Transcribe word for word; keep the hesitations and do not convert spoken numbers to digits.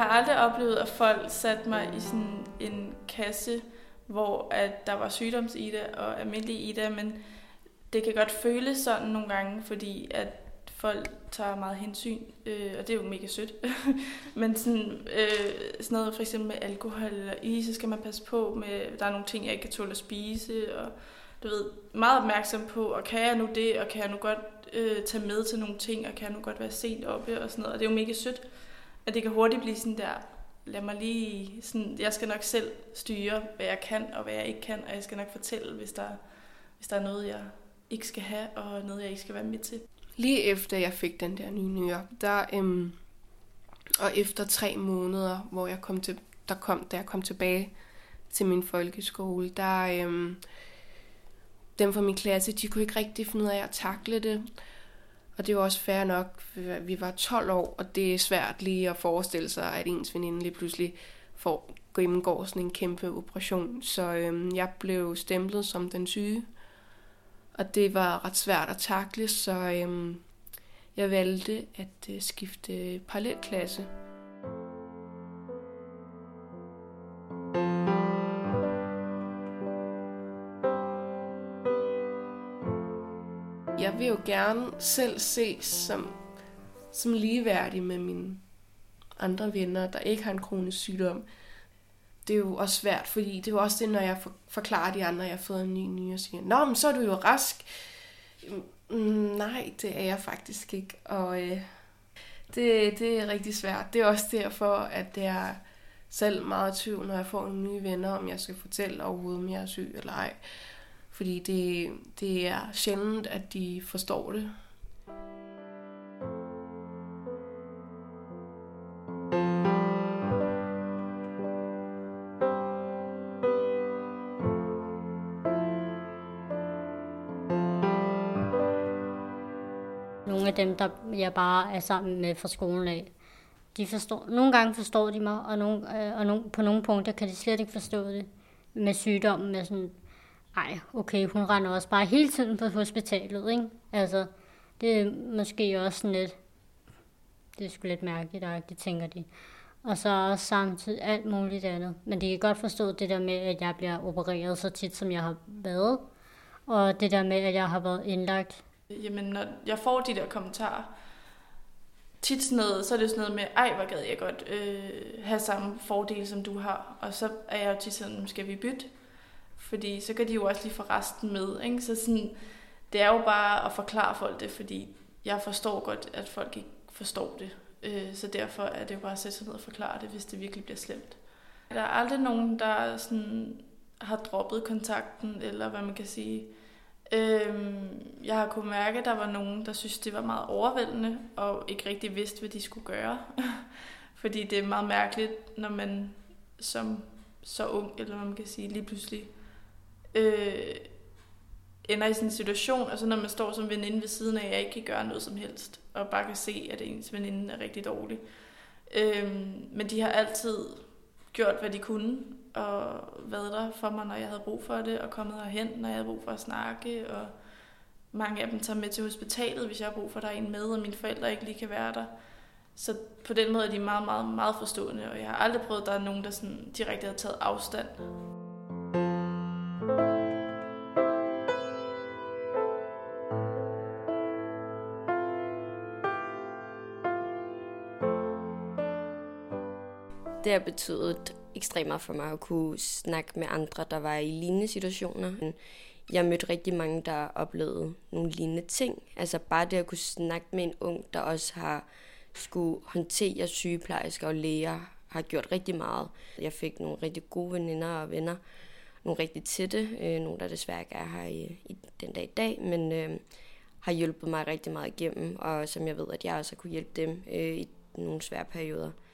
har aldrig oplevet, at folk satte mig i sådan en kasse, hvor at der var sygdoms-Ida og almindelig Ida, men det kan godt føles sådan nogle gange, fordi at folk tager meget hensyn, øh, og det er jo mega sødt. Men sådan, øh, sådan noget for eksempel med alkohol eller is, så skal man passe på med, der er nogle ting, jeg ikke kan tåle at spise, og du ved, meget opmærksom på, og kan jeg nu det, og kan jeg nu godt øh, tage med til nogle ting, og kan jeg nu godt være sent oppe, og sådan noget. Og det er jo mega sødt, at det kan hurtigt blive sådan der, lad mig lige, sådan, jeg skal nok selv styre, hvad jeg kan, og hvad jeg ikke kan, og jeg skal nok fortælle, hvis der, hvis der er noget, jeg ikke skal have, og noget, jeg ikke skal være med til. Lige efter jeg fik den der nye nyre, der, øhm, og efter tre måneder, hvor jeg kom til, der kom, da jeg kom tilbage til min folkeskole, der øhm, dem fra min klasse, de kunne ikke rigtig finde ud af at takle det. Og det var også fair nok, vi var tolv år, og det er svært lige at forestille sig, at ens veninde lige pludselig får, gennemgår sådan en kæmpe operation. Så øhm, jeg blev stemplet som den syge. Og det var ret svært at takle, så øhm, jeg valgte at øh, skifte parallelklasse. Jeg vil jo gerne selv ses som, som ligeværdig med mine andre venner, der ikke har en kronisk sygdom. Det er jo også svært, fordi det er jo også det, når jeg forklarer de andre, at jeg har fået en ny nyre, og siger, nå, men så er du jo rask. Mm, nej, det er jeg faktisk ikke, og øh, det, det er rigtig svært. Det er også derfor, at det er selv meget tvivl, når jeg får nogle nye venner, om jeg skal fortælle overhovedet, om jeg er syg eller ej. Fordi det, det er sjældent, at de forstår det. Nogle af dem, der jeg bare er sammen med fra skolen af, de forstår, nogle gange forstår de mig, og, nogle, øh, og nogle, på nogle punkter kan de slet ikke forstå det med sygdommen, med sådan, ej, okay, hun render også bare hele tiden på hospitalet, ikke? Altså, det er måske også sådan lidt, det er sgu lidt mærkeligt, det tænker de. Og så også samtidig alt muligt andet. Men de kan godt forstå det der med, at jeg bliver opereret så tit, som jeg har været. Og det der med, at jeg har været indlagt. Jamen, når jeg får de der kommentarer, tit sådan noget, så er det sådan noget med, ej, hvor gad jeg godt øh, have samme fordele, som du har. Og så er jeg jo tit sådan, skal vi bytte? Fordi så kan de jo også lige få resten med, ikke? Så sådan, det er jo bare at forklare folk det, fordi jeg forstår godt, at folk ikke forstår det. Øh, så derfor er det jo bare at sætte sig ned og forklare det, hvis det virkelig bliver slemt. Der er aldrig nogen, der sådan har droppet kontakten, eller hvad man kan sige. Øh, jeg har kunnet mærke, at der var nogen, der synes, det var meget overvældende, og ikke rigtig vidste, hvad de skulle gøre. Fordi det er meget mærkeligt, når man som så ung, eller hvad man kan sige, lige pludselig øh, ender i sådan en situation, og så når man står som veninde ved siden af, at jeg ikke kan gøre noget som helst, og bare kan se, at ens veninde er rigtig dårlig. Øh, men de har altid gjort, hvad de kunne, og været der for mig, når jeg havde brug for det, og kommet herhen, når jeg havde brug for at snakke, og mange af dem tager med til hospitalet, hvis jeg har brug for, at der er en med, og mine forældre ikke lige kan være der. Så på den måde er de meget, meget, meget forstående, og jeg har aldrig prøvet, at der er nogen, der sådan direkte har taget afstand. Det har betydet ekstremt meget for mig at kunne snakke med andre, der var i lignende situationer. Jeg mødte rigtig mange, der oplevede nogle lignende ting. Altså bare det at kunne snakke med en ung, der også har skulle håndtere sygeplejersker og læger, har gjort rigtig meget. Jeg fik nogle rigtig gode veninder og venner, nogle rigtig tætte, øh, nogle der desværre ikke er her i, i den dag i dag, men øh, har hjulpet mig rigtig meget igennem, og som jeg ved, at jeg også har kunne hjælpe dem øh, i nogle svære perioder.